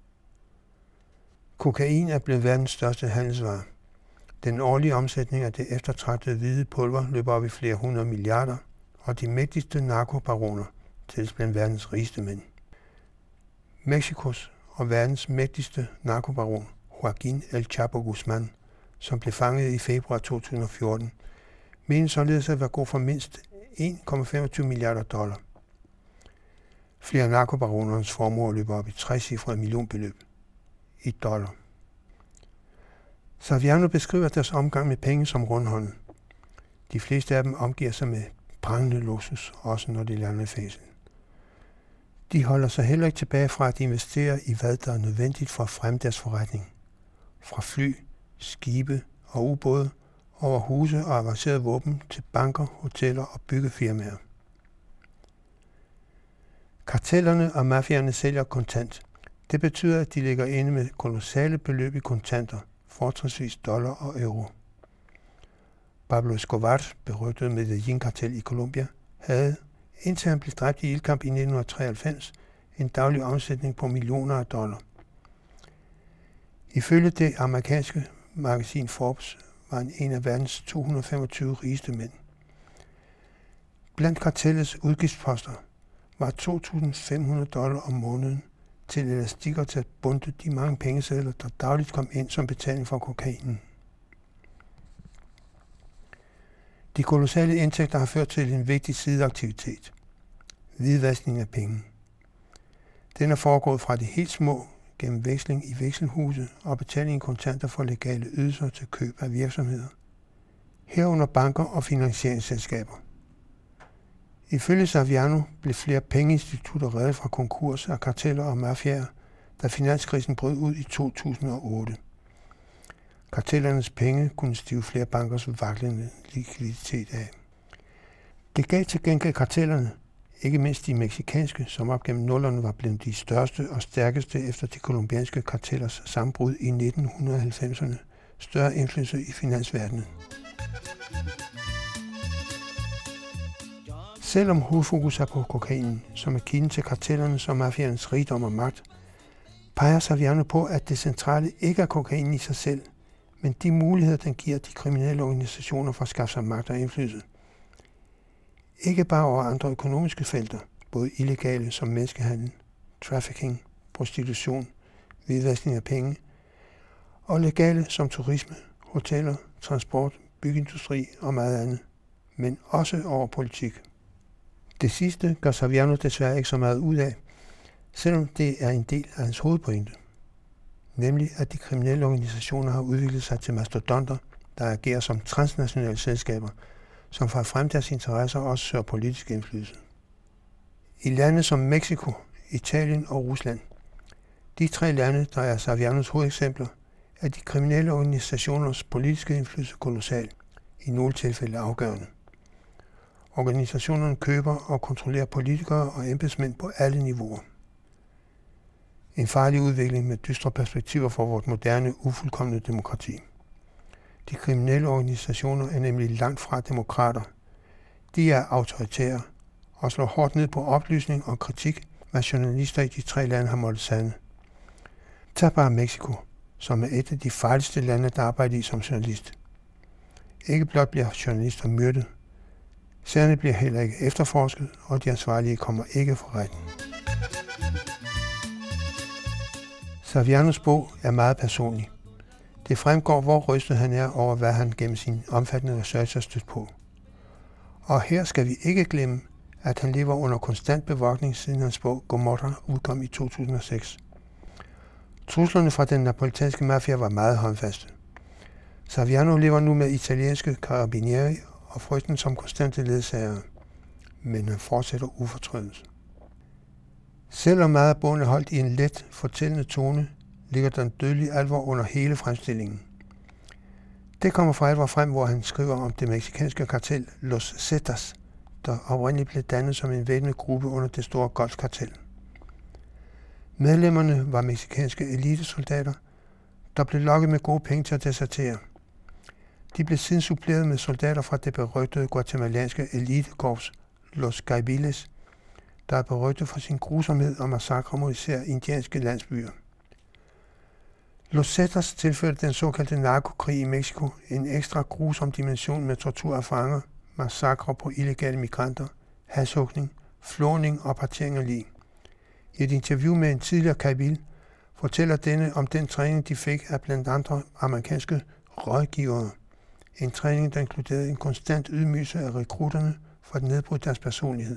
Kokain er blevet verdens største handelsvare. Den årlige omsætning af det eftertragtede hvide pulver løber op i flere 100 milliarder, og de mægtigste narkobaroner tælles blandt verdens rigeste mænd. Mexikos og verdens mægtigste narkobaron, Joaquín El Chapo Guzmán, som blev fanget i februar 2014, menes således at være god for mindst 1,25 milliarder dollar. Flere narkobaronernes formuer løber op i 3-cifrede millionbeløb i dollar. Saviano beskriver deres omgang med penge som rundhånden. De fleste af dem omgiver sig med prangende luksus, også når de lander i fængsel. De holder sig heller ikke tilbage fra at investere i, hvad der er nødvendigt for at fremme deres forretning. Fra fly, skibe og ubåde, over huse og avancerede våben til banker, hoteller og byggefirmaer. Kartellerne og mafiaerne sælger kontant. Det betyder, at de ligger inde med kolossale beløb i kontanter, fortrinsvis dollar og euro. Pablo Escobar, berygtet Medellín-kartel i Colombia, havde, indtil han blev dræbt i ildkamp i 1993, en daglig omsætning på millioner af dollar. Ifølge det amerikanske magasin Forbes var han en af verdens 225 rigeste mænd. Blandt kartellets udgiftsposter var $2.500 om måneden til elastikker til at bunde de mange pengesedler, der dagligt kom ind som betaling for kokainen. De kolossale indtægter har ført til en vigtig sideaktivitet. Hvidvaskning af penge. Den er foregået fra de helt små gennem veksling i vekselhuse og betaling i kontanter for legale ydelser til køb af virksomheder. Herunder banker og finansieringsselskaber. Ifølge Saviano blev flere pengeinstitutter reddet fra konkurs af karteller og mafiaer, da finanskrisen brød ud i 2008. Kartellernes penge kunne stive flere bankers vaklende likviditet af. Det gav til gengæld kartellerne, ikke mindst de mexikanske, som op gennem nullerne var blevet de største og stærkeste efter de kolumbianske kartellers sammenbrud i 1990'erne, større indflydelse i finansverdenen. Selvom hovedfokus er på kokainen, som er kilden til kartellernes og mafiaens rigdom og magt, peger Saviano på, at det centrale ikke er kokainen i sig selv, men de muligheder, den giver de kriminelle organisationer for at skaffe sig magt og indflydelse. Ikke bare over andre økonomiske felter, både illegale som menneskehandel, trafficking, prostitution, hvidvaskning af penge, og legale som turisme, hoteller, transport, byggeindustri og meget andet, men også over politik. Det sidste gør Saviano desværre ikke så meget ud af, selvom det er en del af hans hovedpointe. Nemlig at de kriminelle organisationer har udviklet sig til mastodonter, der agerer som transnationale selskaber, som for at fremme deres interesser også søger politisk indflydelse. I lande som Mexico, Italien og Rusland, de 3 lande, der er Savianos hovedeksempler, er de kriminelle organisationers politiske indflydelse kolossal, i nogle tilfælde afgørende. Organisationerne køber og kontrollerer politikere og embedsmænd på alle niveauer. En farlig udvikling med dystre perspektiver for vores moderne, ufuldkomne demokrati. De kriminelle organisationer er nemlig langt fra demokrater. De er autoritære og slår hårdt ned på oplysning og kritik, hvad journalister i de 3 lande har måttet sande. Tag bare Mexico, som er et af de farligste lande, der arbejder i som journalist. Ikke blot bliver journalister myrdet, sagerne bliver heller ikke efterforsket, og de ansvarlige kommer ikke for retten. Savianos bog er meget personlig. Det fremgår, hvor rystet han er over, hvad han gennem sin omfattende research har stødt på. Og her skal vi ikke glemme, at han lever under konstant bevogtning, siden hans bog Gomorra udkom i 2006. Truslerne fra den napolitanske mafia var meget håndfaste. Saviano lever nu med italienske carabinieri og frygten som konstante ledsager, men han fortsætter ufortrødent. Selvom meget af bogen er holdt i en let, fortællende tone, ligger der en dødelig alvor under hele fremstillingen. Det kommer for alvor frem, hvor han skriver om det mexikanske kartel Los Zetas, der oprindeligt blev dannet som en væbnet gruppe under det store Golfkartel. Medlemmerne var mexikanske elitesoldater, der blev lokket med gode penge til at desertere. De blev siden suppleret med soldater fra det berygtede guatemalanske elitekorps Los Gaibiles, der er berygtet for sin grusomhed og massakre mod især indianske landsbyer. Los Zetas tilførte den såkaldte narkokrig i Mexico en ekstra grusom dimension med tortur af fanger, massakre på illegale migranter, hashugning, flåning og partering af lig. I et interview med en tidligere Kabil fortæller denne om den træning, de fik af blandt andre amerikanske rådgivere. En træning, der inkluderede en konstant ydmygelse af rekrutterne for at nedbryde deres personlighed.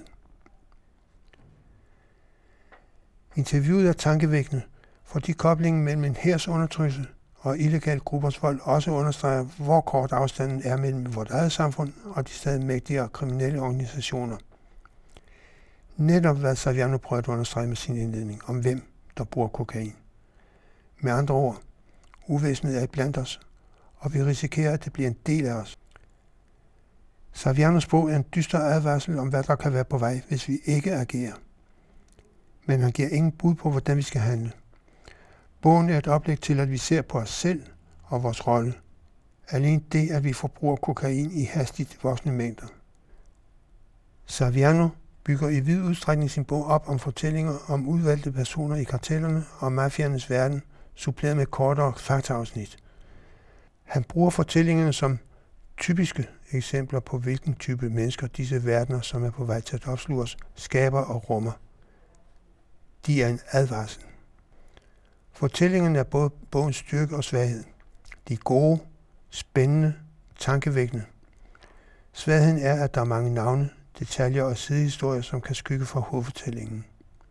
Interviewet er tankevækkende, fordi koblingen mellem en hærs undertrykkelse og illegal gruppers vold også understreger, hvor kort afstanden er mellem vores eget samfund og de stadig mægtigere kriminelle organisationer. Netop hvad Saviano prøver at understrege med sin indledning om hvem, der bruger kokain. Med andre ord, uvæsenet er blandt os, og vi risikerer, at det bliver en del af os. Savianos bog er en dyster advarsel om, hvad der kan være på vej, hvis vi ikke agerer. Men han giver ingen bud på, hvordan vi skal handle. Bogen er et oplæg til, at vi ser på os selv og vores rolle. Alene det, at vi forbruger kokain i hastigt voksende mængder. Saviano bygger i vid udstrækning sin bog op om fortællinger om udvalgte personer i kartellerne og mafianernes verden, suppleret med kortere faktaafsnit. Han bruger fortællingerne som typiske eksempler på, hvilken type mennesker disse verdener, som er på vej til at opsluge os, skaber og rummer. De er en advarsel. Fortællingerne er både bogens styrke og svaghed. De er gode, spændende, tankevækkende. Svagheden er, at der er mange navne, detaljer og sidehistorier, som kan skygge for hovedfortællingen.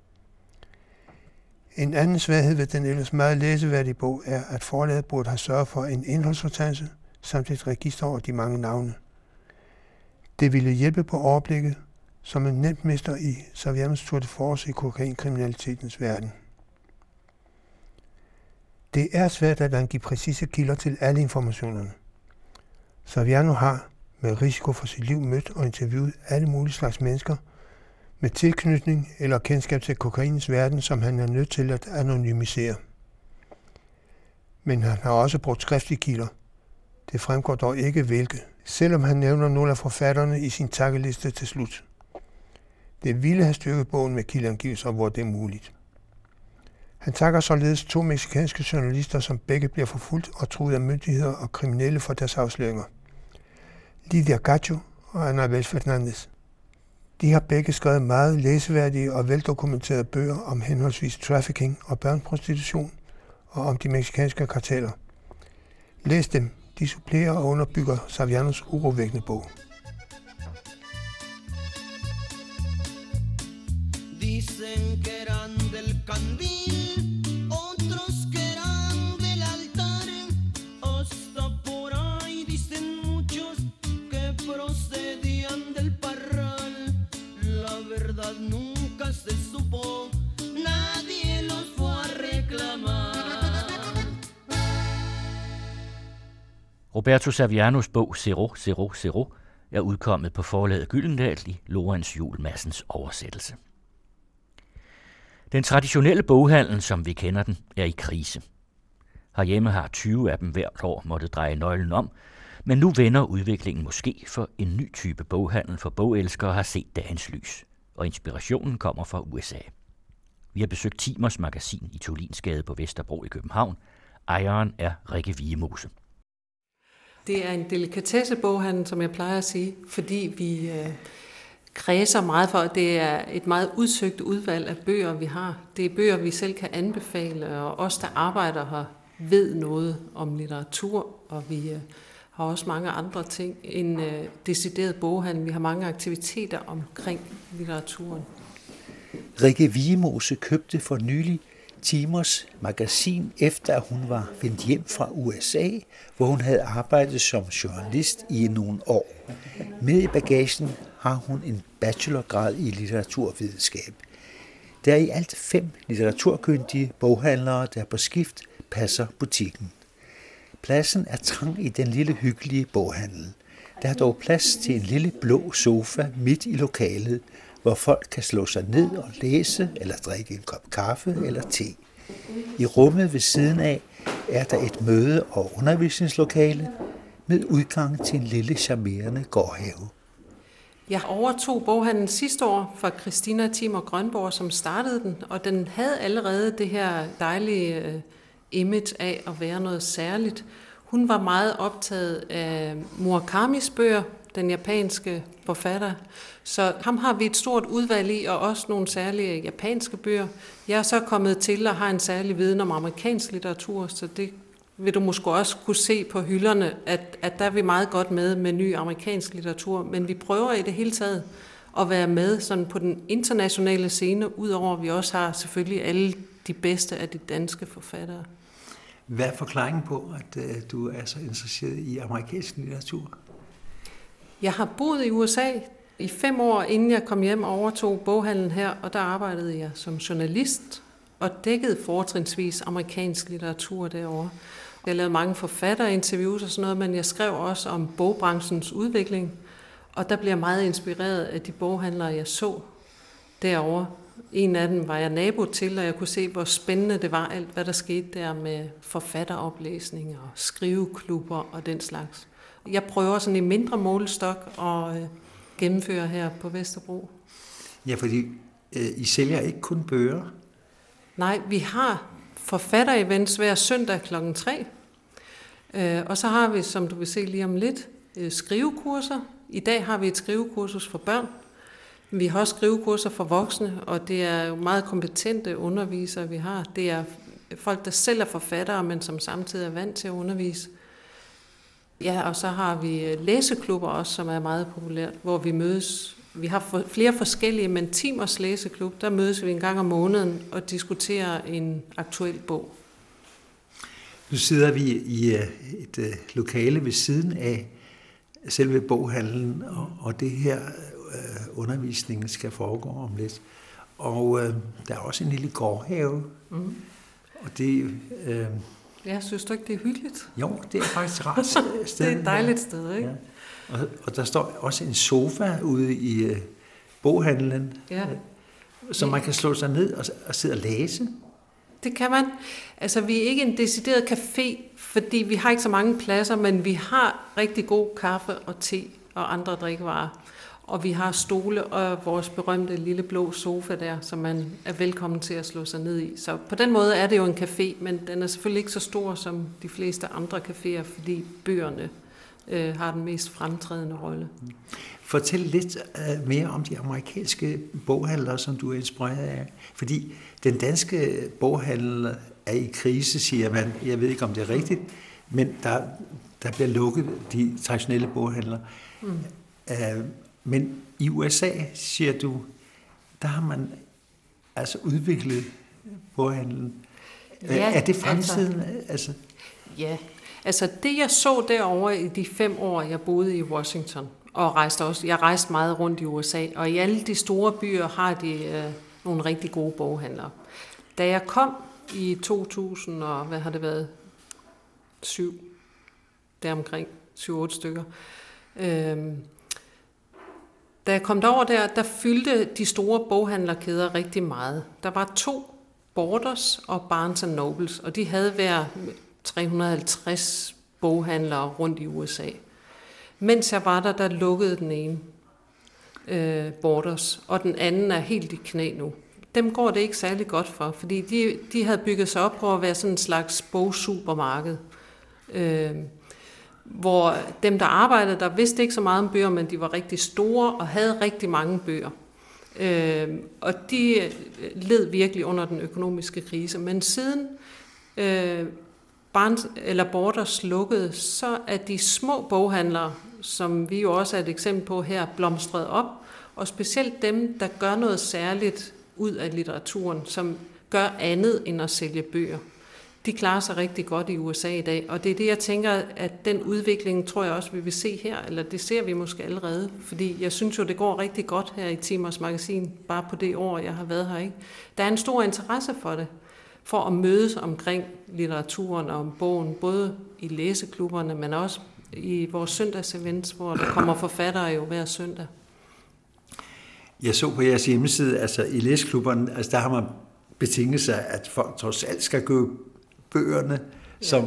En anden svaghed ved den ellers meget læseværdige bog er, at forlaget burde have sørget for en indholdsfortegnelse samt et register over de mange navne. Det ville hjælpe på overblikket, som man nemt mister i Savianos tour de force i kokainkriminalitetens verden. Det er svært at angive præcise kilder til alle informationerne. Saviano har med risiko for sit liv mødt og interviewet alle mulige slags mennesker med tilknytning eller kendskab til kokainens verden, som han er nødt til at anonymisere. Men han har også brugt skriftlige kilder. Det fremgår dog ikke hvilke, selvom han nævner nogle af forfatterne i sin takkeliste til slut. Det ville have styrket bogen med kildeangivelser, hvor det er muligt. Han takker således 2 mexikanske journalister, som begge bliver forfulgt og truet af myndigheder og kriminelle for deres afsløringer. Lidia Cacho og Anabel Fernandez. De har begge skrevet meget læseværdige og veldokumenterede bøger om henholdsvis trafficking og børneprostitution og om de mexikanske karteller. Læs dem. De supplerer og underbygger Savianos urovækkende bog. Dicen que eran del candil, otros que eran del altar, hasta por ahí dicen muchos que procedían del parral. La verdad nunca se supo, nadie los fue a reclamar. Roberto Savianos bog Zero, Zero, Zero er udkommet på forlaget Gyldendal i Lorentz Juel Madsens oversættelse. Den traditionelle boghandel, som vi kender den, er i krise. Herhjemme har 20 af dem hvert år måttet dreje nøglen om, men nu vender udviklingen måske, for en ny type boghandel for bogelskere har set dagens lys, og inspirationen kommer fra USA. Vi har besøgt Timers magasin i Tullinsgade på Vesterbro i København. Ejeren er Rikke Viemose. Det er en delikatesseboghandel, som jeg plejer at sige, fordi vi kredser meget for, at det er et meget udsøgt udvalg af bøger, vi har. Det er bøger, vi selv kan anbefale, og os, der arbejder her, ved noget om litteratur, og vi har også mange andre ting end decideret boghandel. Vi har mange aktiviteter omkring litteraturen. Rikke Viemose købte for nylig Timers magasin, efter at hun var vendt hjem fra USA, hvor hun havde arbejdet som journalist i nogle år. Med i bagagen har hun en bachelorgrad i litteraturvidenskab. Der er i alt 5 litteraturkyndige boghandlere, der på skift passer butikken. Pladsen er trang i den lille hyggelige boghandel. Der er dog plads til en lille blå sofa midt i lokalet, hvor folk kan slå sig ned og læse eller drikke en kop kaffe eller te. I rummet ved siden af er der et møde- og undervisningslokale med udgang til en lille charmerende gårdhave. Jeg overtog boghandlen sidste år fra Christina Timer Grønborg, som startede den, og den havde allerede det her dejlige image af at være noget særligt. Hun var meget optaget af Murakamis bøger, den japanske forfatter. Så ham har vi et stort udvalg i, og også nogle særlige japanske bøger. Jeg er så kommet til at have en særlig viden om amerikansk litteratur, så det vil du måske også kunne se på hylderne, at der er vi meget godt med ny amerikansk litteratur. Men vi prøver i det hele taget at være med sådan på den internationale scene, udover at vi også har selvfølgelig alle de bedste af de danske forfattere. Hvad er forklaringen på, at du er så interesseret i amerikansk litteratur? Jeg har boet i USA i 5 år, inden jeg kom hjem og overtog boghandlen her, og der arbejdede jeg som journalist og dækkede fortrinsvis amerikansk litteratur derovre. Jeg lavede mange forfatterinterviews og sådan noget, men jeg skrev også om bogbranchens udvikling, og der blev jeg meget inspireret af de boghandlere, jeg så derovre. En af dem var jeg nabo til, og jeg kunne se, hvor spændende det var, alt hvad der skete der med forfatteroplæsninger og skriveklubber og den slags. Jeg prøver sådan i mindre målestok at gennemføre her på Vesterbro. Ja, fordi I sælger ikke kun bøger. Nej, vi har forfatterevents hver søndag kl. 3. Og så har vi, som du vil se lige om lidt, skrivekurser. I dag har vi et skrivekursus for børn. Vi har også skrivekurser for voksne, og det er jo meget kompetente undervisere, vi har. Det er folk, der selv er forfattere, men som samtidig er vant til at undervise. Ja, og så har vi læseklubber også, som er meget populært, hvor vi mødes. Vi har flere forskellige, men Timers læseklub, der mødes vi en gang om måneden og diskuterer en aktuel bog. Nu sidder vi i et lokale ved siden af selve boghandlen, og det her undervisningen skal foregå om lidt. Og der er også en lille gårdhave, og det Ja, synes du ikke, det er hyggeligt? Jo, det er faktisk et rart sted. Det er et dejligt sted, ikke? Ja. Og der står også en sofa ude i boghandlen, så man kan slå sig ned og sidde og læse. Det kan man. Altså, vi er ikke en decideret café, fordi vi har ikke så mange pladser, men vi har rigtig god kaffe og te og andre drikkevarer. Og vi har stole og vores berømte lille blå sofa der, som man er velkommen til at slå sig ned i. Så på den måde er det jo en café, men den er selvfølgelig ikke så stor som de fleste andre caféer, fordi bøgerne har den mest fremtrædende rolle. Fortæl lidt mere om de amerikanske boghandlere, som du er inspireret af. Fordi den danske boghandler er i krise, siger man. Jeg ved ikke, om det er rigtigt, men der bliver lukket de traditionelle boghandlere. Men i USA, siger du, der har man altså udviklet boghandlen. Ja, er det fremtiden? Altså? Ja, altså det jeg så derovre i de 5 år, jeg boede i Washington, og jeg rejste meget rundt i USA, og i alle de store byer har de nogle rigtig gode boghandlere. Da jeg kom i 2000, og hvad har det været, 7, deromkring 7-8 stykker, da jeg kom derover der fyldte de store boghandlerkæder rigtig meget. Der var 2 Borders og Barnes & Nobles, og de havde hver 350 boghandlere rundt i USA. Mens jeg var der lukkede den ene Borders, og den anden er helt i knæ nu. Dem går det ikke særlig godt for, fordi de havde bygget sig op på at være sådan en slags bogsupermarked, hvor dem, der arbejdede der, vidste ikke så meget om bøger, men de var rigtig store og havde rigtig mange bøger. Og de led virkelig under den økonomiske krise. Men siden Barnes eller Borders lukkede, så er de små boghandlere, som vi jo også er et eksempel på her, blomstret op. Og specielt dem, der gør noget særligt ud af litteraturen, som gør andet end at sælge bøger. De klarer sig rigtig godt i USA i dag, og det er det, jeg tænker, at den udvikling, tror jeg også, vi vil se her, eller det ser vi måske allerede, fordi jeg synes jo, det går rigtig godt her i Timers Magasin, bare på det år, jeg har været her, ikke? Der er en stor interesse for det, for at mødes omkring litteraturen og om bogen, både i læseklubberne, men også i vores søndagsevents, hvor der kommer forfattere jo hver søndag. Jeg så på jeres hjemmeside, altså i læseklubberne, altså der har man betinget sig, at folk trods alt skal købe bøgerne, som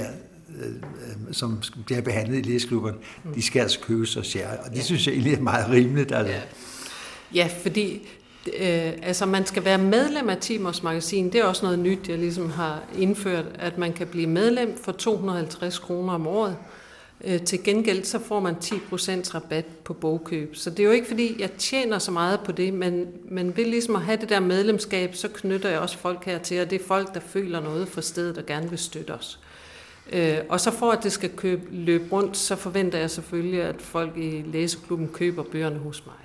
bliver behandlet i læseklubberne, de skal altså købes og share, og det synes jeg egentlig er meget rimeligt. Altså. Ja, fordi altså man skal være medlem af Timers Magasin, det er også noget nyt, jeg ligesom har indført, at man kan blive medlem for 250 kroner om året. Til gengæld så får man 10% rabat på bogkøb. Så det er jo ikke fordi, jeg tjener så meget på det, men ved ligesom at have det der medlemskab, så knytter jeg også folk hertil, og det er folk, der føler noget for stedet og gerne vil støtte os. Og så for at det skal løbe rundt, så forventer jeg selvfølgelig, at folk i læseklubben køber bøgerne hos mig.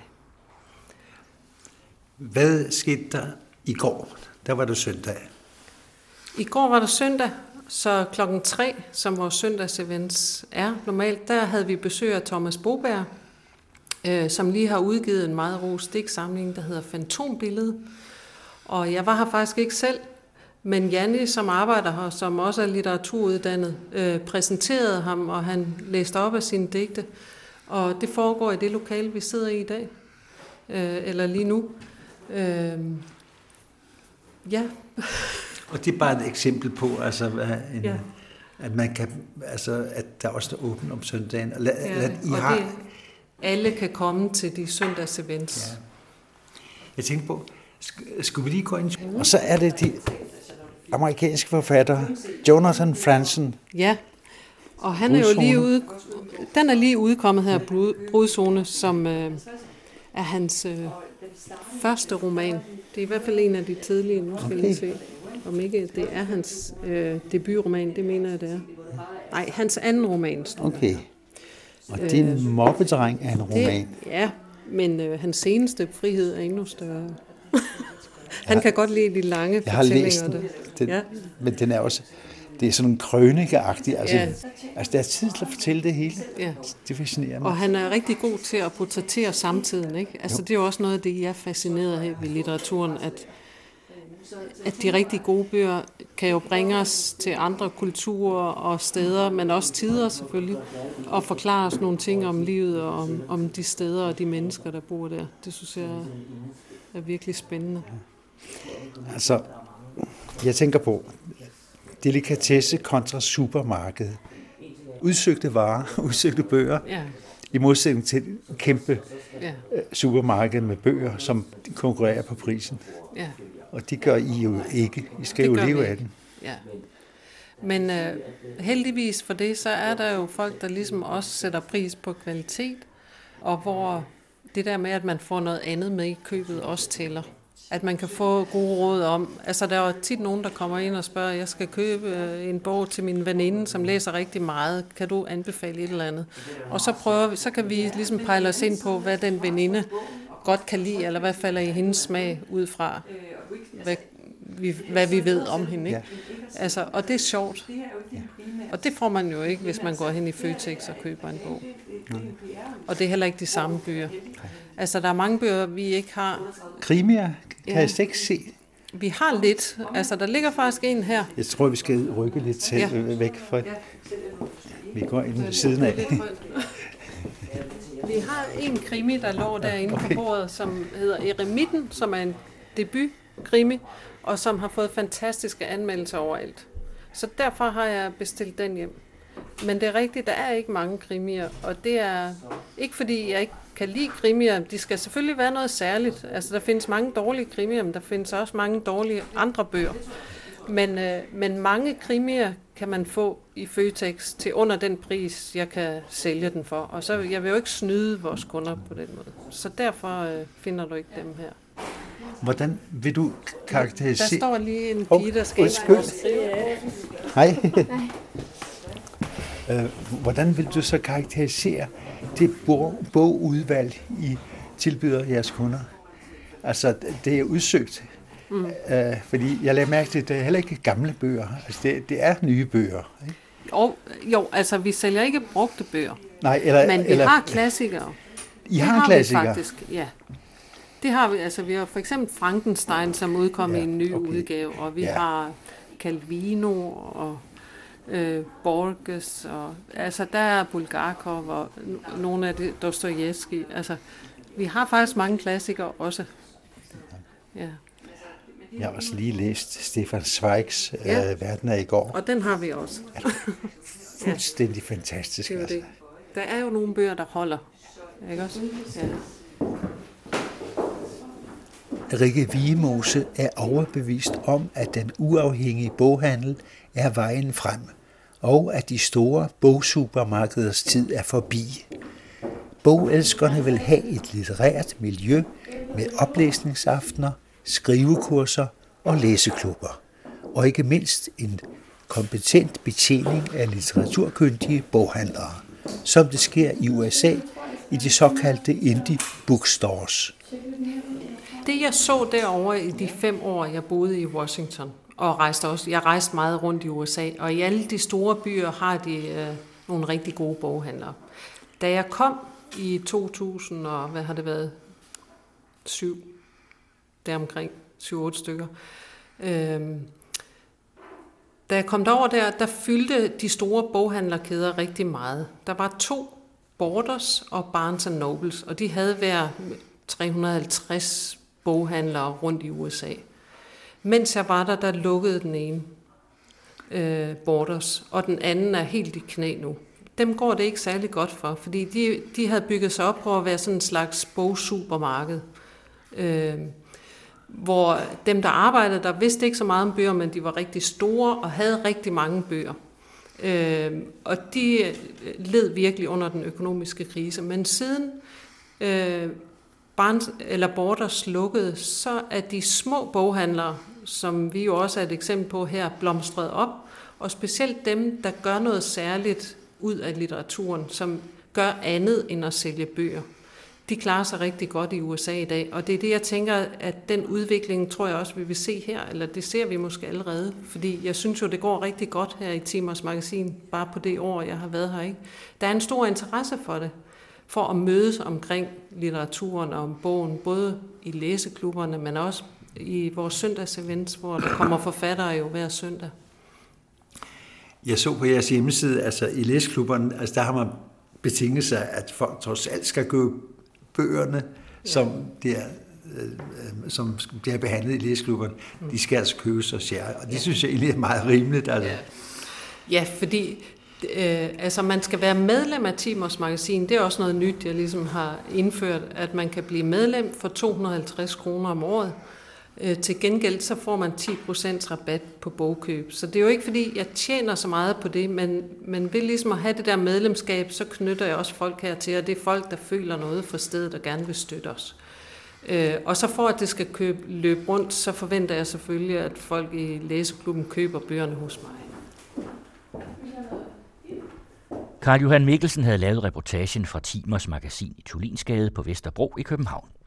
Hvad skete der i går? Der var det søndag. I går var det søndag. Så 3:00, som vores søndagsevents er normalt, der havde vi besøg af Thomas Boberg, som lige har udgivet en meget rost digtsamling, der hedder Fantombillede. Og jeg var her faktisk ikke selv, men Janni, som arbejder her, som også er litteraturuddannet, præsenterede ham, og han læste op af sine digte. Og det foregår i det lokale, vi sidder i dag, eller lige nu. Ja. Og det er bare et eksempel på, altså, at man kan, altså, at der også er åbent om søndagen. Alle kan komme til de søndagsevents. Ja. Jeg tænkte på, skulle vi lige gå ind? Og så er det de amerikanske forfattere, Jonathan Franzen. Ja, og han er jo lige ude. Den er lige udkommet her, Brudzone, som er hans første roman. Det er i hvert fald en af de tidlige, nu skal lige se. Om ikke det er hans debutroman, det mener jeg, det er. Nej, hans anden roman. Okay. Og Din mobbedreng er en roman. Ja, men hans seneste Frihed er endnu større. Han kan godt lide de lange fortællinger. Jeg har læst den, men den er også, det er sådan en krønikeagtig. Altså, altså, der er tid til at fortælle det hele. Ja. Det fascinerer mig. Og han er rigtig god til at portrættere samtiden, ikke? Altså, det er jo også noget af det, jeg er fascineret af ved litteraturen, at de rigtig gode bøger, kan jo bringe os til andre kulturer og steder, men også tider selvfølgelig, og forklare os nogle ting om livet og om de steder og de mennesker, der bor der. Det synes jeg er virkelig spændende. Altså, jeg tænker på delikatesse kontra supermarked. Udsøgte varer, udsøgte bøger, i modsætning til et kæmpe supermarked med bøger, som konkurrerer på prisen. Ja. Og det gør I jo ikke. I skal jo leve af den. Ja. Men heldigvis for det, så er der jo folk, der ligesom også sætter pris på kvalitet, og hvor det der med, at man får noget andet med i købet, også tæller. At man kan få gode råd om. Altså, der er jo tit nogen, der kommer ind og spørger, jeg skal købe en bog til min veninde, som læser rigtig meget. Kan du anbefale et eller andet? Og så kan vi ligesom pejle os ind på, hvad den veninde godt kan lide, eller hvad falder i hendes smag ud fra, hvad vi ved om hende. Ikke? Altså, og det er sjovt. Og det får man jo ikke, hvis man går hen i Føtex og køber en bog. Og det er heller ikke de samme bøger. Altså, der er mange bøger, vi ikke har. Krimier kan jeg slet ikke se. Vi har lidt. Altså, der ligger faktisk en her. Jeg tror, vi skal rykke lidt til væk fra. Vi går ind ved siden af. Vi har en krimi, der lå derinde på bordet, som hedder Eremitten, som er en debutkrimi, og som har fået fantastiske anmeldelser overalt. Så derfor har jeg bestilt den hjem. Men det er rigtigt, der er ikke mange krimier, og det er ikke fordi, jeg ikke kan lide krimier. De skal selvfølgelig være noget særligt. Altså, der findes mange dårlige krimier, men der findes også mange dårlige andre bøger. Men mange krimier kan man få i Føtex til under den pris, jeg kan sælge den for. Og så jeg vil jo ikke snyde vores kunder på den måde. Så derfor finder du ikke dem her. Hvordan vil du karakterisere? Der står lige en pige, der skal skrive. Hej. Hvordan vil du så karakterisere det bogudvalg, I tilbyder jeres kunder? Altså, det er udsøgt. Fordi jeg lader mærke til, at det er heller ikke gamle bøger. Altså, det er nye bøger. Ikke? Jo, altså, vi sælger ikke brugte bøger. Nej, men vi har klassikere. I har klassikere? Vi faktisk, ja. Det har vi. Altså, vi har for eksempel Frankenstein, som udkom i en ny udgave, og vi har Calvino og Borges, og altså der er Bulgakov og nogle af Dostojevskij. Altså, vi har faktisk mange klassikere også. Ja. Jeg har også lige læst Stefan Zweigs Verden af i går. Og den har vi også. Fuldstændig fantastisk. Det er det. Der er jo nogle bøger, der holder. Ikke også? Ja. Rikke Wigmose er overbevist om, at den uafhængige boghandel er vejen frem, og at de store bogsupermarkeders tid er forbi. Bogelskerne vil have et litterært miljø med oplæsningsaftener, skrivekurser og læseklubber, og ikke mindst en kompetent betjening af litteraturkyndige boghandlere, som det sker i USA i de såkaldte indie bookstores. Det jeg så derovre i de 5 år, jeg boede i Washington, og jeg rejste meget rundt i USA, og i alle de store byer har de nogle rigtig gode boghandlere. Da jeg kom i 2000, og hvad har det været, 7, deromkring 7-8 stykker, da jeg kom derover der fyldte de store boghandlerkæder rigtig meget. Der var 2 Borders og Barnes & Nobles, og de havde hver 350 boghandlere rundt i USA. Mens jeg var der lukkede den ene Borders, og den anden er helt i knæ nu. Dem går det ikke særlig godt for, fordi de havde bygget sig op på at være sådan en slags bogsupermarked, hvor dem, der arbejdede der, vidste ikke så meget om bøger, men de var rigtig store og havde rigtig mange bøger. Og de led virkelig under den økonomiske krise. Men siden Barnes eller Borders lukkede, så er de små boghandlere, som vi jo også er et eksempel på her, blomstret op. Og specielt dem, der gør noget særligt ud af litteraturen, som gør andet end at sælge bøger. De klarer sig rigtig godt i USA i dag, og det er det, jeg tænker, at den udvikling, tror jeg også, vi vil se her, eller det ser vi måske allerede, fordi jeg synes jo, det går rigtig godt her i Timers Magasin, bare på det år, jeg har været her, ikke? Der er en stor interesse for det, for at mødes omkring litteraturen og om bogen, både i læseklubberne, men også i vores søndagsevents, hvor der kommer forfattere jo hver søndag. Jeg så på jeres hjemmeside, altså i læseklubberne, altså der har man betinget sig, at folk trods alt skal købe bøgerne, som bliver behandlet i læseklubberne. De skal altså købes og share, og det synes jeg egentlig er meget rimeligt. Altså. Ja, fordi man skal være medlem af Timos Magasin. Det er også noget nyt, jeg ligesom har indført, at man kan blive medlem for 250 kroner om året. Til gengæld så får man 10% rabat på bogkøb. Så det er jo ikke fordi, jeg tjener så meget på det, men ved ligesom at have det der medlemskab, så knytter jeg også folk hertil, og det er folk, der føler noget for stedet og gerne vil støtte os. Og så for at det skal løbe rundt, så forventer jeg selvfølgelig, at folk i læseklubben køber bøgerne hos mig. Carl Johan Mikkelsen havde lavet reportagen fra Timos Magasin i Tullinsgade på Vesterbro i København.